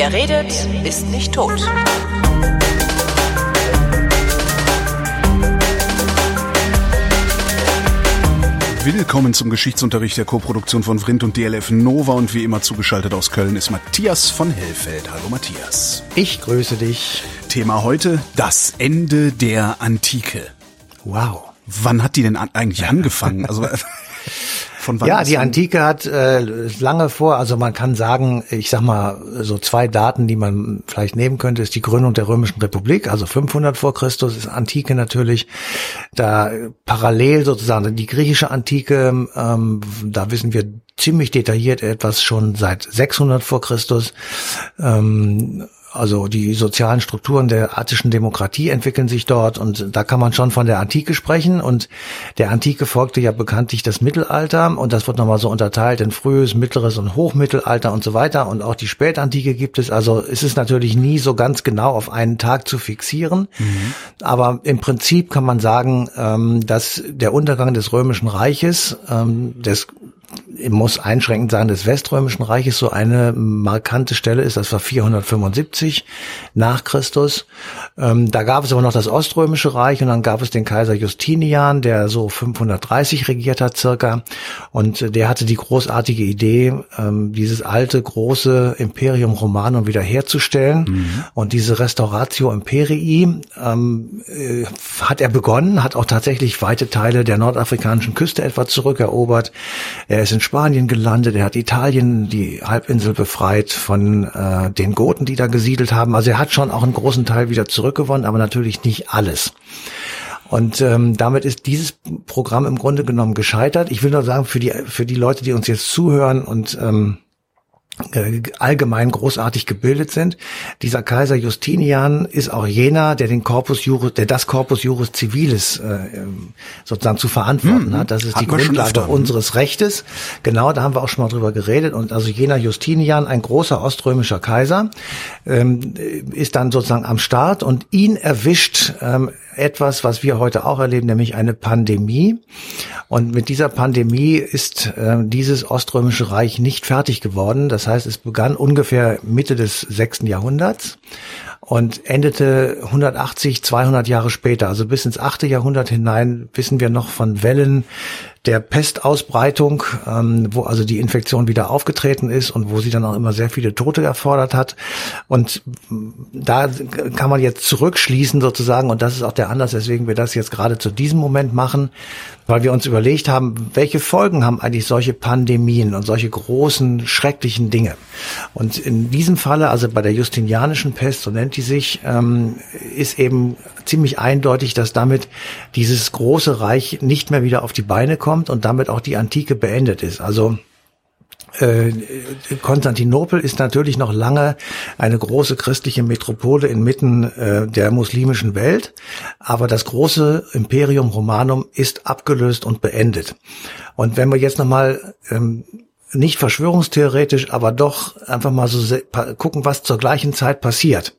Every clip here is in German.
Wer redet, ist nicht tot. Willkommen zum Geschichtsunterricht der Koproduktion von Vrindt und DLF Nova und wie immer zugeschaltet aus Köln ist Matthias von Hellfeld. Hallo Matthias. Ich grüße dich. Thema heute, das Ende der Antike. Wow. Wann hat die denn eigentlich angefangen? Also von wann? Ja, die Antike hat lange vor, also man kann sagen, ich sag mal, so zwei Daten, die man vielleicht nehmen könnte, ist die Gründung der Römischen Republik, also 500 vor Christus ist Antike natürlich. Da parallel sozusagen die griechische Antike, da wissen wir ziemlich detailliert etwas schon seit 600 vor Christus. Also die sozialen Strukturen der attischen Demokratie entwickeln sich dort und da kann man schon von der Antike sprechen und der Antike folgte ja bekanntlich das Mittelalter und das wird nochmal so unterteilt in frühes, mittleres und Hochmittelalter und so weiter und auch die Spätantike gibt es, also es ist natürlich nie so ganz genau auf einen Tag zu fixieren, aber im Prinzip kann man sagen, dass der Untergang des Römischen Reiches, muss einschränkend sein, des Weströmischen Reiches so eine markante Stelle ist, das war 475 nach Christus. Da gab es aber noch das Oströmische Reich und dann gab es den Kaiser Justinian, der so 530 regiert hat circa und der hatte die großartige Idee, dieses alte, große Imperium Romanum wiederherzustellen und diese Restauratio Imperii hat er begonnen, hat auch tatsächlich weite Teile der nordafrikanischen Küste etwa zurückerobert. Er ist in Spanien gelandet, er hat Italien, die Halbinsel befreit von den Goten, die da gesiedelt haben. Also er hat schon auch einen großen Teil wieder zurückgewonnen, aber natürlich nicht alles. Und damit ist dieses Programm im Grunde genommen gescheitert. Ich will nur sagen, für die Leute, die uns jetzt zuhören und allgemein großartig gebildet sind. Dieser Kaiser Justinian ist auch jener, der das Corpus Juris Civilis sozusagen zu verantworten hat. Das ist die Grundlage unseres Rechtes. Genau, da haben wir auch schon mal drüber geredet. Und also jener Justinian, ein großer oströmischer Kaiser, ist dann sozusagen am Start und ihn erwischt etwas, was wir heute auch erleben, nämlich eine Pandemie. Und mit dieser Pandemie ist dieses Oströmische Reich nicht fertig geworden. Das heißt, es begann ungefähr Mitte des 6. Jahrhunderts und endete 180, 200 Jahre später. Also bis ins 8. Jahrhundert hinein wissen wir noch von Wellen der Pestausbreitung, wo also die Infektion wieder aufgetreten ist und wo sie dann auch immer sehr viele Tote erfordert hat. Und da kann man jetzt zurückschließen sozusagen, und das ist auch der Anlass, weswegen wir das jetzt gerade zu diesem Moment machen, weil wir uns überlegt haben, welche Folgen haben eigentlich solche Pandemien und solche großen, schrecklichen Dinge. Und in diesem Falle, also bei der Justinianischen Pest, so nennt die sich, ist eben ziemlich eindeutig, dass damit dieses große Reich nicht mehr wieder auf die Beine kommt und damit auch die Antike beendet ist. Also Konstantinopel ist natürlich noch lange eine große christliche Metropole inmitten der muslimischen Welt, aber das große Imperium Romanum ist abgelöst und beendet. Und wenn wir jetzt nochmal nicht verschwörungstheoretisch, aber doch einfach mal so gucken, was zur gleichen Zeit passiert.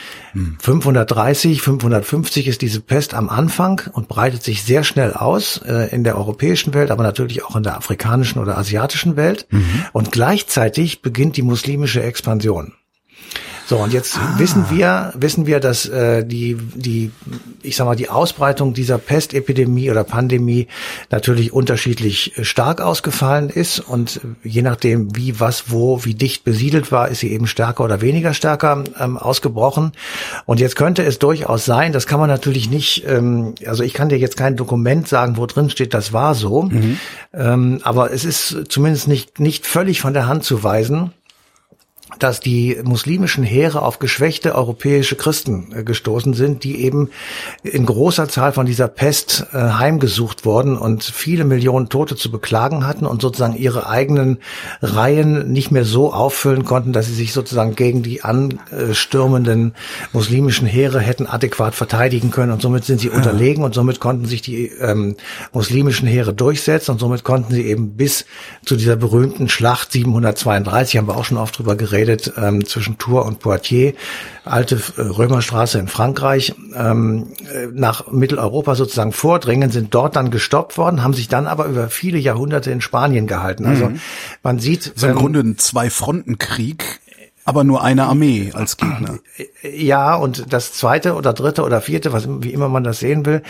530, 550 ist diese Pest am Anfang und breitet sich sehr schnell aus in der europäischen Welt, aber natürlich auch in der afrikanischen oder asiatischen Welt. Und gleichzeitig beginnt die muslimische Expansion. So, und jetzt wissen wir, dass die Ausbreitung dieser Pestepidemie oder Pandemie natürlich unterschiedlich stark ausgefallen ist und je nachdem wie, was, wo, wie dicht besiedelt war, ist sie eben stärker oder weniger stärker ausgebrochen. Und jetzt könnte es durchaus sein, das kann man natürlich nicht, also ich kann dir jetzt kein Dokument sagen, wo drin steht, das war so, aber es ist zumindest nicht völlig von der Hand zu weisen, dass die muslimischen Heere auf geschwächte europäische Christen gestoßen sind, die eben in großer Zahl von dieser Pest heimgesucht wurden und viele Millionen Tote zu beklagen hatten und sozusagen ihre eigenen Reihen nicht mehr so auffüllen konnten, dass sie sich sozusagen gegen die anstürmenden muslimischen Heere hätten adäquat verteidigen können und somit sind sie unterlegen und somit konnten sich die muslimischen Heere durchsetzen und somit konnten sie eben bis zu dieser berühmten Schlacht 732, haben wir auch schon oft drüber geredet, zwischen Tours und Poitiers, alte Römerstraße in Frankreich, nach Mitteleuropa sozusagen vordringen, sind dort dann gestoppt worden, haben sich dann aber über viele Jahrhunderte in Spanien gehalten. Also man sieht... Das ist im Grunde ein Zwei-Fronten-Krieg. Aber nur eine Armee als Gegner. Ja, und das zweite oder dritte oder vierte, wie immer man das sehen will,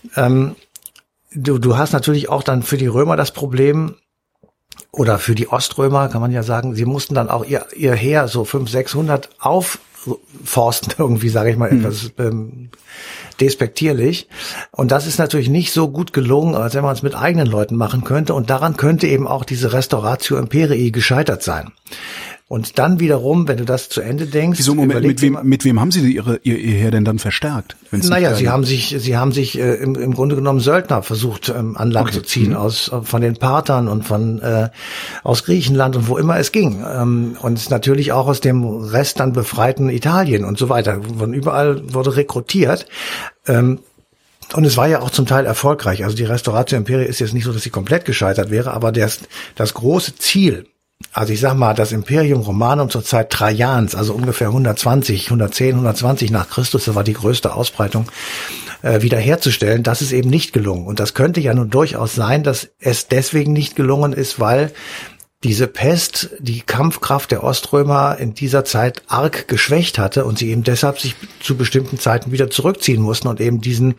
du hast natürlich auch dann für die Römer das Problem, oder für die Oströmer kann man ja sagen, sie mussten dann auch ihr Heer so 500, 600 aufforsten, irgendwie, sage ich mal, etwas despektierlich. Und das ist natürlich nicht so gut gelungen, als wenn man es mit eigenen Leuten machen könnte. Und daran könnte eben auch diese Restauratio Imperii gescheitert sein. Und dann wiederum, wenn du das zu Ende denkst... Wieso, Moment, mit wem haben Sie ihr Heer denn dann verstärkt? Naja, sie haben sich im Grunde genommen Söldner versucht an Land zu ziehen, von den Parthern und aus Griechenland und wo immer es ging. Und natürlich auch aus dem Rest dann befreiten Italien und so weiter. Von überall wurde rekrutiert. Und es war ja auch zum Teil erfolgreich. Also die Restauratio Imperii ist jetzt nicht so, dass sie komplett gescheitert wäre, aber das große Ziel... Also ich sag mal, das Imperium Romanum zur Zeit Trajans, also ungefähr 110, 120 nach Christus, das war die größte Ausbreitung, wiederherzustellen, das ist eben nicht gelungen. Und das könnte ja nun durchaus sein, dass es deswegen nicht gelungen ist, weil diese Pest die Kampfkraft der Oströmer in dieser Zeit arg geschwächt hatte und sie eben deshalb sich zu bestimmten Zeiten wieder zurückziehen mussten und eben diese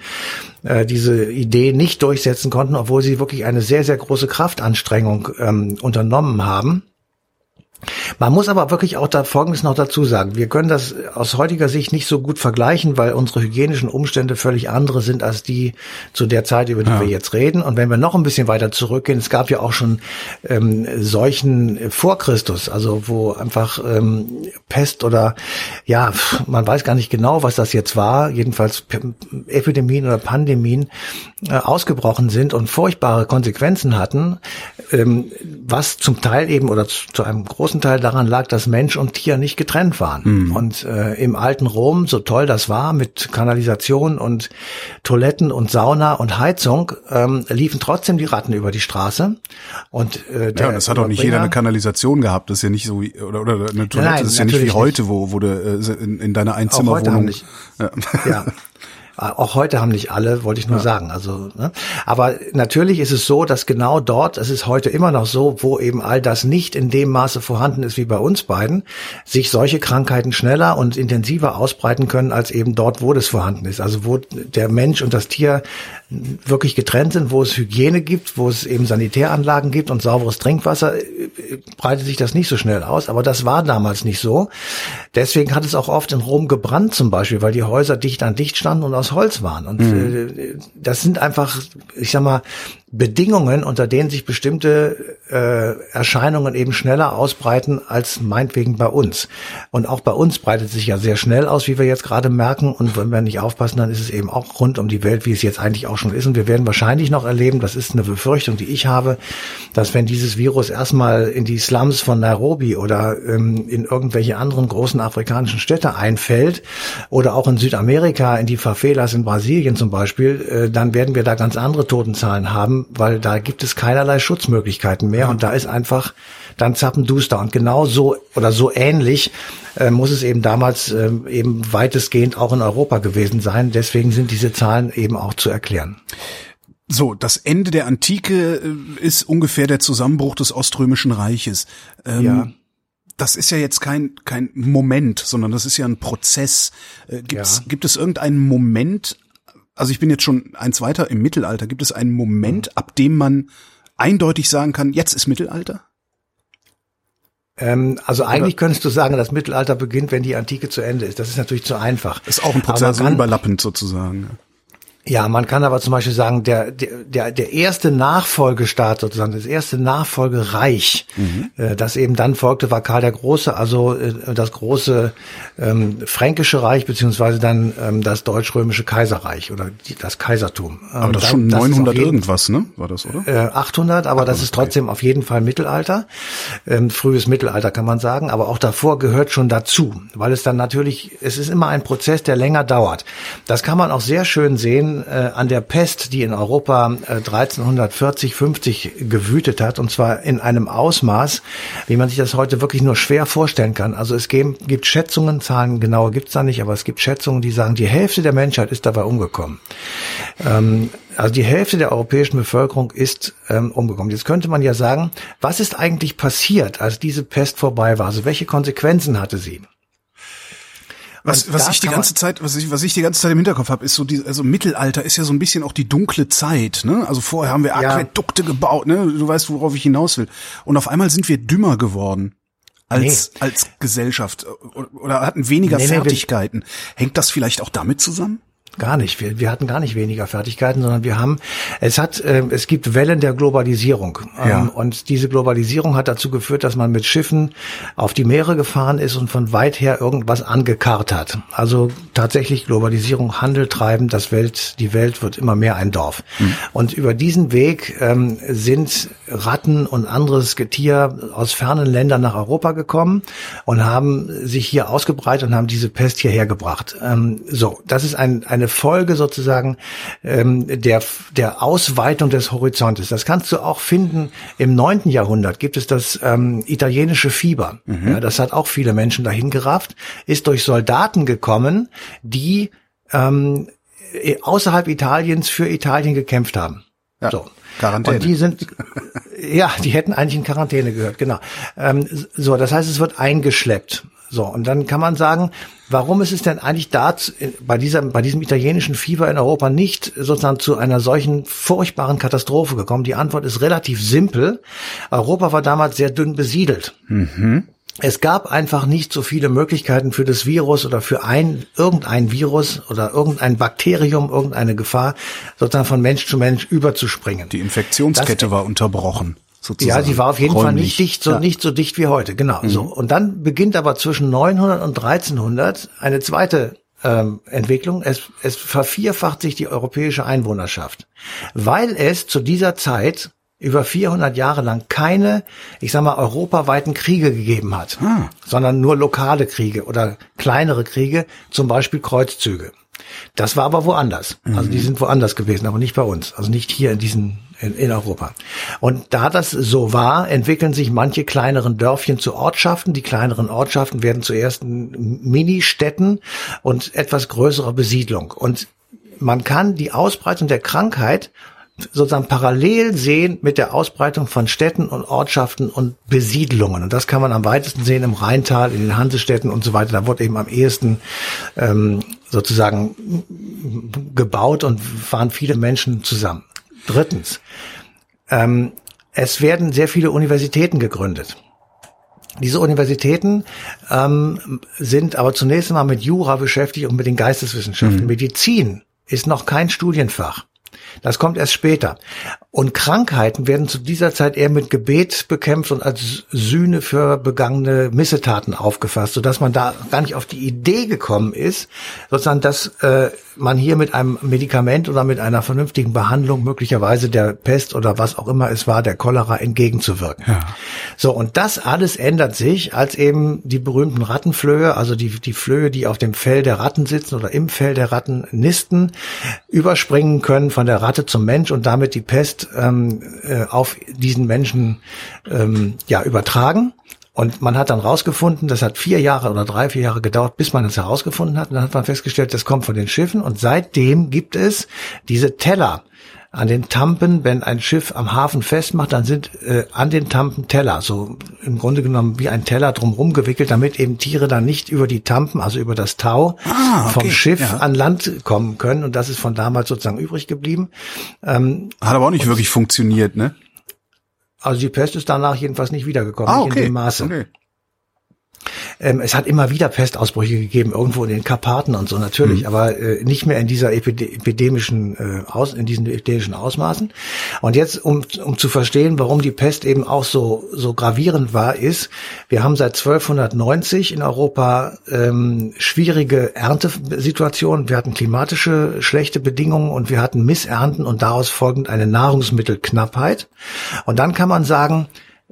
Idee nicht durchsetzen konnten, obwohl sie wirklich eine sehr, sehr große Kraftanstrengung unternommen haben. Man muss aber wirklich auch da Folgendes noch dazu sagen. Wir können das aus heutiger Sicht nicht so gut vergleichen, weil unsere hygienischen Umstände völlig andere sind als die zu der Zeit, über die wir jetzt reden. Und wenn wir noch ein bisschen weiter zurückgehen, es gab ja auch schon Seuchen vor Christus, also wo einfach Pest oder ja, man weiß gar nicht genau, was das jetzt war, jedenfalls Epidemien oder Pandemien ausgebrochen sind und furchtbare Konsequenzen hatten, was zum Teil eben oder zu einem großen Teil daran lag, dass Mensch und Tier nicht getrennt waren. Und im alten Rom, so toll das war, mit Kanalisation und Toiletten und Sauna und Heizung, liefen trotzdem die Ratten über die Straße. Und das hat auch nicht jeder eine Kanalisation gehabt. Das ist ja nicht so wie, oder eine Toilette. Nein, das ist ja nicht wie heute, wo du in deiner Einzimmerwohnung. Ja. Auch heute haben nicht alle, wollte ich nur sagen. Also, ne? Aber natürlich ist es so, dass genau dort, es ist heute immer noch so, wo eben all das nicht in dem Maße vorhanden ist wie bei uns beiden, sich solche Krankheiten schneller und intensiver ausbreiten können, als eben dort, wo das vorhanden ist. Also wo der Mensch und das Tier wirklich getrennt sind, wo es Hygiene gibt, wo es eben Sanitäranlagen gibt und sauberes Trinkwasser, breitet sich das nicht so schnell aus. Aber das war damals nicht so. Deswegen hat es auch oft in Rom gebrannt zum Beispiel, weil die Häuser dicht an dicht standen und aus Holz waren. Und das sind einfach, ich sag mal, Bedingungen, unter denen sich bestimmte Erscheinungen eben schneller ausbreiten als meinetwegen bei uns. Und auch bei uns breitet sich ja sehr schnell aus, wie wir jetzt gerade merken. Und wenn wir nicht aufpassen, dann ist es eben auch rund um die Welt, wie es jetzt eigentlich auch schon ist. Und wir werden wahrscheinlich noch erleben, das ist eine Befürchtung, die ich habe, dass wenn dieses Virus erstmal in die Slums von Nairobi oder in irgendwelche anderen großen afrikanischen Städte einfällt oder auch in Südamerika, in die Favelas in Brasilien zum Beispiel, dann werden wir da ganz andere Totenzahlen haben, weil da gibt es keinerlei Schutzmöglichkeiten mehr und da ist einfach dann zappenduster und genau so oder so ähnlich muss es eben damals eben weitestgehend auch in Europa gewesen sein. Deswegen sind diese Zahlen eben auch zu erklären. So, das Ende der Antike ist ungefähr der Zusammenbruch des Oströmischen Reiches. Das ist ja jetzt kein Moment, sondern das ist ja ein Prozess. Gibt es irgendeinen Moment, also ich bin jetzt schon eins weiter im Mittelalter, gibt es einen Moment, ab dem man eindeutig sagen kann, jetzt ist Mittelalter? Also eigentlich könntest du sagen, das Mittelalter beginnt, wenn die Antike zu Ende ist. Das ist natürlich zu einfach. Das ist auch ein Prozess, überlappend sozusagen. Ja, man kann aber zum Beispiel sagen, der erste Nachfolgestaat sozusagen, das erste Nachfolgereich, das eben dann folgte, war Karl der Große, also das große Fränkische Reich, beziehungsweise dann das Deutsch-Römische Kaiserreich oder das Kaisertum. Aber das schon 900 irgendwas, ne? War das, oder? 800, aber das ist trotzdem auf jeden Fall Mittelalter. Frühes Mittelalter kann man sagen, aber auch davor gehört schon dazu, weil es dann natürlich, es ist immer ein Prozess, der länger dauert. Das kann man auch sehr schön sehen, man an der Pest, die in Europa 1340, 50 gewütet hat, und zwar in einem Ausmaß, wie man sich das heute wirklich nur schwer vorstellen kann. Also es gibt Schätzungen, Zahlen genauer gibt's da nicht, aber es gibt Schätzungen, die sagen, die Hälfte der Menschheit ist dabei umgekommen. Also die Hälfte der europäischen Bevölkerung ist umgekommen. Jetzt könnte man ja sagen, was ist eigentlich passiert, als diese Pest vorbei war? Also welche Konsequenzen hatte sie? Was ich die ganze Zeit im Hinterkopf habe, ist so also Mittelalter ist ja so ein bisschen auch die dunkle Zeit, ne? Also vorher haben wir Aquädukte gebaut, ne? Du weißt, worauf ich hinaus will. Und auf einmal sind wir dümmer geworden als Gesellschaft oder hatten weniger Fertigkeiten. Hängt das vielleicht auch damit zusammen? Gar nicht. Wir hatten gar nicht weniger Fertigkeiten, sondern es gibt Wellen der Globalisierung. Und diese Globalisierung hat dazu geführt, dass man mit Schiffen auf die Meere gefahren ist und von weit her irgendwas angekarrt hat. Also tatsächlich Globalisierung, Handel treiben, die Welt wird immer mehr ein Dorf. Und über diesen Weg sind Ratten und anderes Getier aus fernen Ländern nach Europa gekommen und haben sich hier ausgebreitet und haben diese Pest hierher gebracht. Das ist eine Folge sozusagen der Ausweitung des Horizontes. Das kannst du auch finden im 9. Jahrhundert. Gibt es das italienische Fieber. Ja, das hat auch viele Menschen dahin gerafft. Ist durch Soldaten gekommen, die außerhalb Italiens für Italien gekämpft haben. Ja. So. Quarantäne. Und die hätten eigentlich in Quarantäne gehört, genau. Das heißt, es wird eingeschleppt. So, und dann kann man sagen, warum ist es denn eigentlich bei diesem italienischen Fieber in Europa nicht sozusagen zu einer solchen furchtbaren Katastrophe gekommen? Die Antwort ist relativ simpel. Europa war damals sehr dünn besiedelt. Es gab einfach nicht so viele Möglichkeiten für das Virus oder für irgendein Virus oder irgendein Bakterium, irgendeine Gefahr sozusagen von Mensch zu Mensch überzuspringen. Die Infektionskette war unterbrochen. Sozusagen. Ja, sie war auf jeden Fall nicht so dicht wie heute, genau. So. Und dann beginnt aber zwischen 900 und 1300 eine zweite Entwicklung. Es vervierfacht sich die europäische Einwohnerschaft, weil es zu dieser Zeit über 400 Jahre lang keine, europaweiten Kriege gegeben hat, sondern nur lokale Kriege oder kleinere Kriege, zum Beispiel Kreuzzüge. Das war aber woanders. Also die sind woanders gewesen, aber nicht bei uns. Also nicht hier in Europa. Und da das so war, entwickeln sich manche kleineren Dörfchen zu Ortschaften. Die kleineren Ortschaften werden zu ersten Ministädten und etwas größerer Besiedlung. Und man kann die Ausbreitung der Krankheit sozusagen parallel sehen mit der Ausbreitung von Städten und Ortschaften und Besiedlungen. Und das kann man am weitesten sehen im Rheintal, in den Hansestädten und so weiter. Da wurde eben am ehesten sozusagen gebaut und waren viele Menschen zusammen. Drittens, es werden sehr viele Universitäten gegründet. Diese Universitäten sind aber zunächst einmal mit Jura beschäftigt und mit den Geisteswissenschaften. Medizin ist noch kein Studienfach. Das kommt erst später. Und Krankheiten werden zu dieser Zeit eher mit Gebet bekämpft und als Sühne für begangene Missetaten aufgefasst, sodass man da gar nicht auf die Idee gekommen ist, sozusagen, dass man hier mit einem Medikament oder mit einer vernünftigen Behandlung möglicherweise der Pest oder was auch immer es war, der Cholera entgegenzuwirken. Ja. So, und das alles ändert sich, als eben die berühmten Rattenflöhe, also die Flöhe, die auf dem Fell der Ratten sitzen oder im Fell der Ratten nisten, überspringen können von der Ratte zum Mensch und damit die Pest auf diesen Menschen übertragen. Und man hat dann rausgefunden, das hat 4 Jahre oder 3-4 Jahre gedauert, bis man es herausgefunden hat. Und dann hat man festgestellt, das kommt von den Schiffen. Und seitdem gibt es diese Teller an den Tampen. Wenn ein Schiff am Hafen festmacht, dann sind an den Tampen Teller, so im Grunde genommen wie ein Teller drumherum gewickelt, damit eben Tiere dann nicht über die Tampen, also über das Tau vom Schiff an Land kommen können. Und das ist von damals sozusagen übrig geblieben. Hat aber auch nicht wirklich funktioniert, ne? Also die Pest ist danach jedenfalls nicht wiedergekommen, nicht in dem Maße. Okay. Es hat immer wieder Pestausbrüche gegeben, irgendwo in den Karpaten und so natürlich, aber nicht mehr in dieser epidemischen Ausmaßen. Und jetzt, um zu verstehen, warum die Pest eben auch so gravierend war, ist, wir haben seit 1290 in Europa schwierige Erntesituationen. Wir hatten klimatische schlechte Bedingungen und wir hatten Missernten und daraus folgend eine Nahrungsmittelknappheit. Und dann kann man sagen,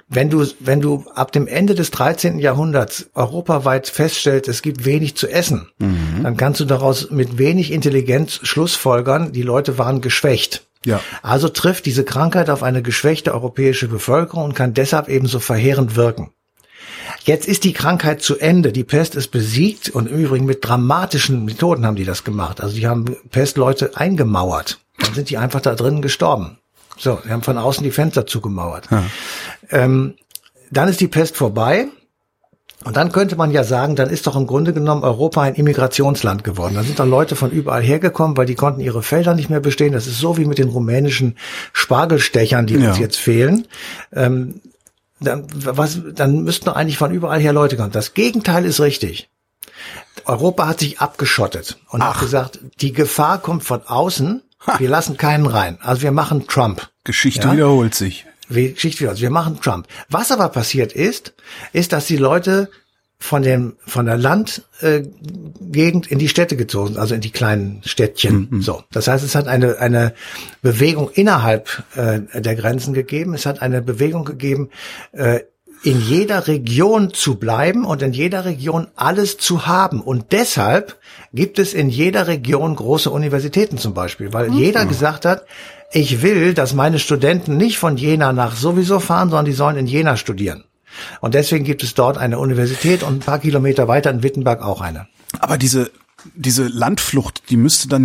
wenn du ab dem Ende des 13. Jahrhunderts europaweit feststellst, es gibt wenig zu essen, dann kannst du daraus mit wenig Intelligenz schlussfolgern, die Leute waren geschwächt. Ja. Also trifft diese Krankheit auf eine geschwächte europäische Bevölkerung und kann deshalb eben so verheerend wirken. Jetzt ist die Krankheit zu Ende, die Pest ist besiegt und im Übrigen mit dramatischen Methoden haben die das gemacht. Also die haben Pestleute eingemauert, dann sind die einfach da drinnen gestorben. So, wir haben von außen die Fenster zugemauert. Ja. Dann ist die Pest vorbei und dann könnte man ja sagen, dann ist doch im Grunde genommen Europa ein Immigrationsland geworden. Da sind doch Leute von überall hergekommen, weil die konnten ihre Felder nicht mehr bestehen. Das ist so wie mit den rumänischen Spargelstechern, die uns jetzt fehlen. Dann müssten doch eigentlich von überall her Leute kommen. Das Gegenteil ist richtig. Europa hat sich abgeschottet und hat gesagt, die Gefahr kommt von außen. Wir lassen keinen rein. Also wir machen Trump. Geschichte wiederholt sich. Wir machen Trump. Was aber passiert ist, dass die Leute von der Landgegend in die Städte gezogen sind, also in die kleinen Städtchen. So. Das heißt, es hat eine Bewegung innerhalb der Grenzen gegeben. Es hat eine Bewegung gegeben, in jeder Region zu bleiben und in jeder Region alles zu haben. Und deshalb gibt es in jeder Region große Universitäten zum Beispiel, weil jeder gesagt hat, ich will, dass meine Studenten nicht von Jena nach sowieso fahren, sondern die sollen in Jena studieren. Und deswegen gibt es dort eine Universität und ein paar Kilometer weiter in Wittenberg auch eine. Aber diese Landflucht, die müsste dann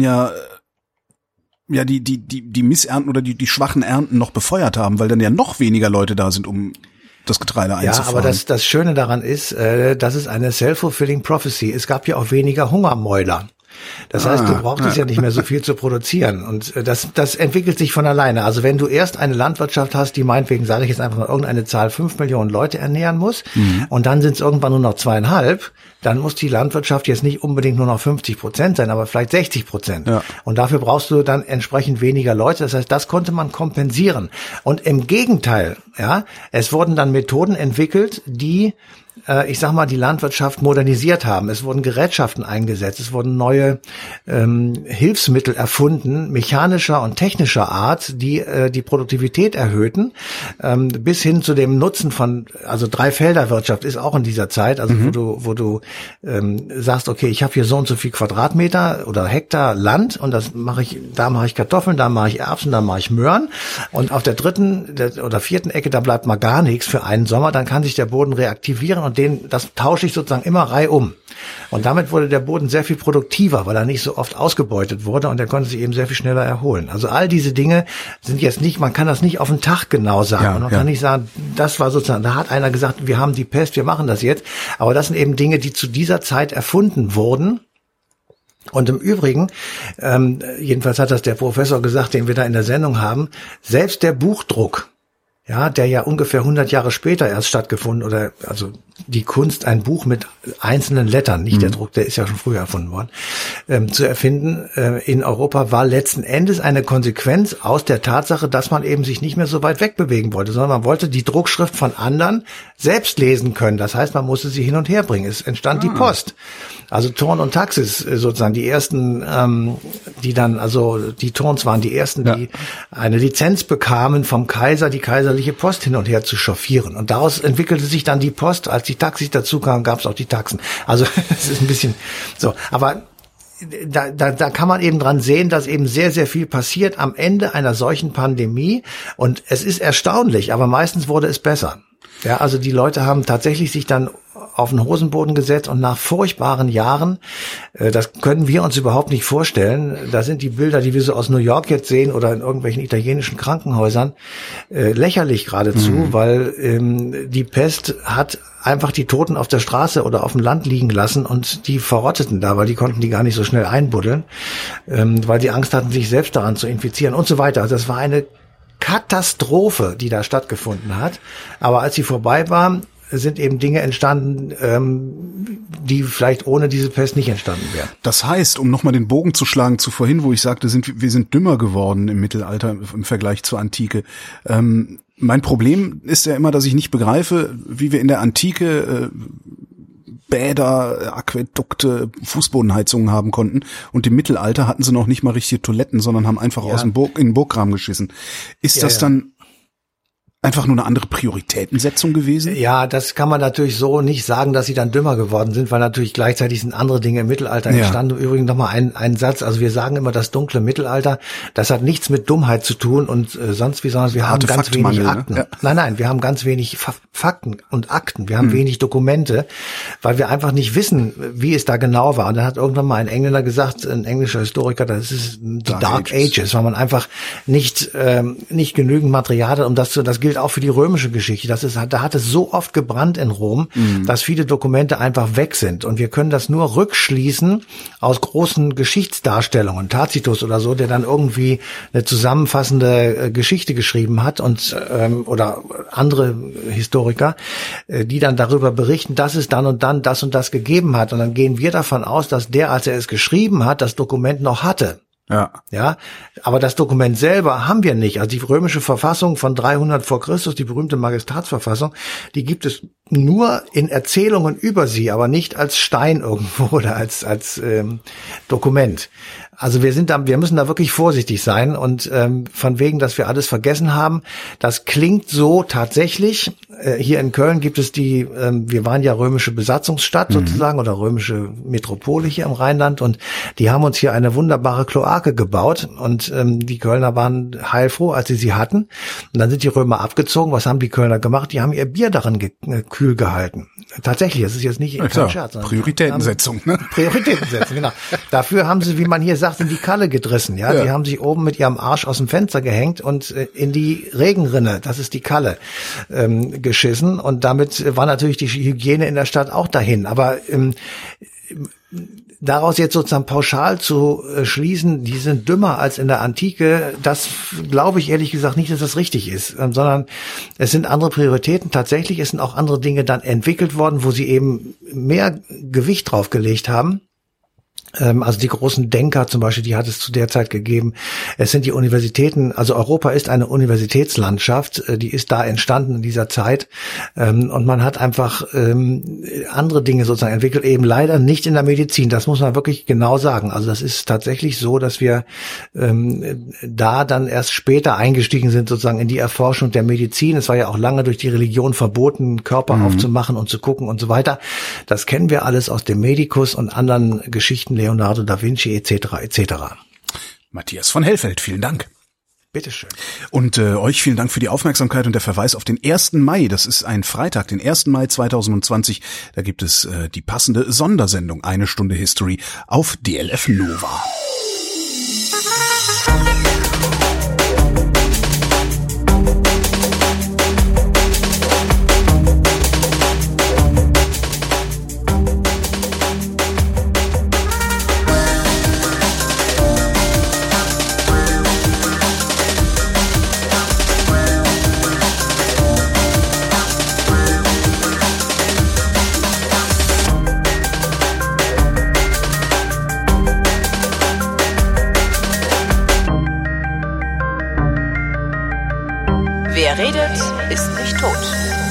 die Missernten oder die schwachen Ernten noch befeuert haben, weil dann ja noch weniger Leute da sind, um das Getreide einzufahren. Ja, aber das Schöne daran ist, das ist eine self-fulfilling prophecy. Es gab ja auch weniger Hungermäuler. Das heißt, du brauchst ja nicht mehr so viel zu produzieren. Und das entwickelt sich von alleine. Also wenn du erst eine Landwirtschaft hast, die meinetwegen, sage ich jetzt einfach mal irgendeine Zahl, 5 Millionen Leute ernähren muss, und dann sind es irgendwann nur noch 2,5, dann muss die Landwirtschaft jetzt nicht unbedingt nur noch 50% sein, aber vielleicht 60%. Ja. Und dafür brauchst du dann entsprechend weniger Leute. Das heißt, das konnte man kompensieren. Und im Gegenteil, es wurden dann Methoden entwickelt, die die Landwirtschaft modernisiert haben. Es wurden Gerätschaften eingesetzt, es wurden neue Hilfsmittel erfunden, mechanischer und technischer Art, die die Produktivität erhöhten, bis hin zu dem Nutzen von, also Dreifelderwirtschaft ist auch in dieser Zeit, also wo du sagst, okay, ich habe hier so und so viel Quadratmeter oder Hektar Land und da mache ich Kartoffeln, da mache ich Erbsen, da mache ich Möhren und auf der dritten oder vierten Ecke, da bleibt mal gar nichts für einen Sommer, dann kann sich der Boden reaktivieren und das tausche ich sozusagen immer reihum. Und damit wurde der Boden sehr viel produktiver, weil er nicht so oft ausgebeutet wurde und er konnte sich eben sehr viel schneller erholen. Also all diese Dinge sind jetzt nicht, man kann das nicht auf den Tag genau sagen. Und man kann nicht sagen, das war sozusagen, da hat einer gesagt, wir haben die Pest, wir machen das jetzt. Aber das sind eben Dinge, die zu dieser Zeit erfunden wurden. Und im Übrigen, jedenfalls hat das der Professor gesagt, den wir da in der Sendung haben, selbst der Buchdruck, der ja ungefähr 100 Jahre später erst stattgefunden, oder also die Kunst, ein Buch mit einzelnen Lettern, nicht der Druck, der ist ja schon früher erfunden worden, zu erfinden, in Europa war letzten Endes eine Konsequenz aus der Tatsache, dass man eben sich nicht mehr so weit wegbewegen wollte, sondern man wollte die Druckschrift von anderen selbst lesen können. Das heißt, man musste sie hin und her bringen. Es entstand die Post. Also Thorn und Taxis sozusagen die ersten, die Thorns waren die ersten, die eine Lizenz bekamen vom Kaiser, die kaiserliche Post hin und her zu chauffieren. Und daraus entwickelte sich dann die Post. Als die Taxis dazu kamen, gab es auch die Taxen. Also es ist ein bisschen so. Aber da kann man eben dran sehen, dass eben sehr, sehr viel passiert am Ende einer solchen Pandemie. Und es ist erstaunlich, aber meistens wurde es besser. Ja, also die Leute haben tatsächlich sich dann auf den Hosenboden gesetzt und nach furchtbaren Jahren, das können wir uns überhaupt nicht vorstellen, da sind die Bilder, die wir so aus New York jetzt sehen oder in irgendwelchen italienischen Krankenhäusern, lächerlich geradezu, weil die Pest hat einfach die Toten auf der Straße oder auf dem Land liegen lassen und die verrotteten da, weil die konnten die gar nicht so schnell einbuddeln, weil die Angst hatten, sich selbst daran zu infizieren und so weiter. Also das war eine Katastrophe, die da stattgefunden hat. Aber als sie vorbei war, sind eben Dinge entstanden, die vielleicht ohne diese Pest nicht entstanden wären. Das heißt, um nochmal den Bogen zu schlagen zu vorhin, wo ich sagte, wir sind dümmer geworden im Mittelalter im Vergleich zur Antike. Mein Problem ist ja immer, dass ich nicht begreife, wie wir in der Antike Bäder, Aquädukte, Fußbodenheizungen haben konnten und im Mittelalter hatten sie noch nicht mal richtige Toiletten, sondern haben einfach in den Burggraben geschissen. Ist das dann, einfach nur eine andere Prioritätensetzung gewesen? Ja, das kann man natürlich so nicht sagen, dass sie dann dümmer geworden sind, weil natürlich gleichzeitig sind andere Dinge im Mittelalter entstanden. Übrigens nochmal ein Satz, also wir sagen immer das dunkle Mittelalter, das hat nichts mit Dummheit zu tun und sonst wie, sondern wir haben ganz wenig Akten. Ne? Ja. Nein, wir haben ganz wenig Fakten und Akten, wir haben wenig Dokumente, weil wir einfach nicht wissen, wie es da genau war. Und dann hat irgendwann mal ein Engländer gesagt, ein englischer Historiker, das ist die Dark Ages, weil man einfach nicht genügend Material hat, um das gilt auch für die römische Geschichte. Da hat es so oft gebrannt in Rom, dass viele Dokumente einfach weg sind. Und wir können das nur rückschließen aus großen Geschichtsdarstellungen, Tacitus oder so, der dann irgendwie eine zusammenfassende Geschichte geschrieben hat und oder andere Historiker, die dann darüber berichten, dass es dann und dann das und das gegeben hat. Und dann gehen wir davon aus, dass der, als er es geschrieben hat, das Dokument noch hatte. Ja, aber das Dokument selber haben wir nicht. Also die römische Verfassung von 300 vor Christus, die berühmte Magistratsverfassung, die gibt es nur in Erzählungen über sie, aber nicht als Stein irgendwo oder als Dokument. Also wir müssen da wirklich vorsichtig sein und von wegen, dass wir alles vergessen haben. Das klingt so tatsächlich. Hier in Köln gibt es wir waren ja römische Besatzungsstadt sozusagen oder römische Metropole hier im Rheinland und die haben uns hier eine wunderbare Kloake gebaut und die Kölner waren heilfroh, als sie hatten. Und dann sind die Römer abgezogen. Was haben die Kölner gemacht? Die haben ihr Bier darin kühl gehalten. Tatsächlich, das ist jetzt nicht kein Scherz. Prioritätensetzung, ne? Prioritätensetzung, genau. Dafür haben sie, wie man hier sagt, in die Kalle gedrissen. Ja, die haben sich oben mit ihrem Arsch aus dem Fenster gehängt und in die Regenrinne, das ist die Kalle, geschissen. Und damit war natürlich die Hygiene in der Stadt auch dahin. Aber daraus jetzt sozusagen pauschal zu schließen, die sind dümmer als in der Antike, das glaube ich ehrlich gesagt nicht, dass das richtig ist, sondern es sind andere Prioritäten. Tatsächlich, es sind auch andere Dinge dann entwickelt worden, wo sie eben mehr Gewicht drauf gelegt haben. Also die großen Denker zum Beispiel, die hat es zu der Zeit gegeben. Es sind die Universitäten, also Europa ist eine Universitätslandschaft, die ist da entstanden in dieser Zeit. Und man hat einfach andere Dinge sozusagen entwickelt, eben leider nicht in der Medizin. Das muss man wirklich genau sagen. Also das ist tatsächlich so, dass wir da dann erst später eingestiegen sind sozusagen in die Erforschung der Medizin. Es war ja auch lange durch die Religion verboten, Körper aufzumachen und zu gucken und so weiter. Das kennen wir alles aus dem Medikus und anderen Geschichten, Leonardo da Vinci etc. etc. Matthias von Hellfeld, vielen Dank. Bitteschön. Und euch vielen Dank für die Aufmerksamkeit und der Verweis auf den 1. Mai. Das ist ein Freitag, den 1. Mai 2020. Da gibt es die passende Sondersendung, 1 Stunde History auf DLF Nova. Wer redet, ist nicht tot.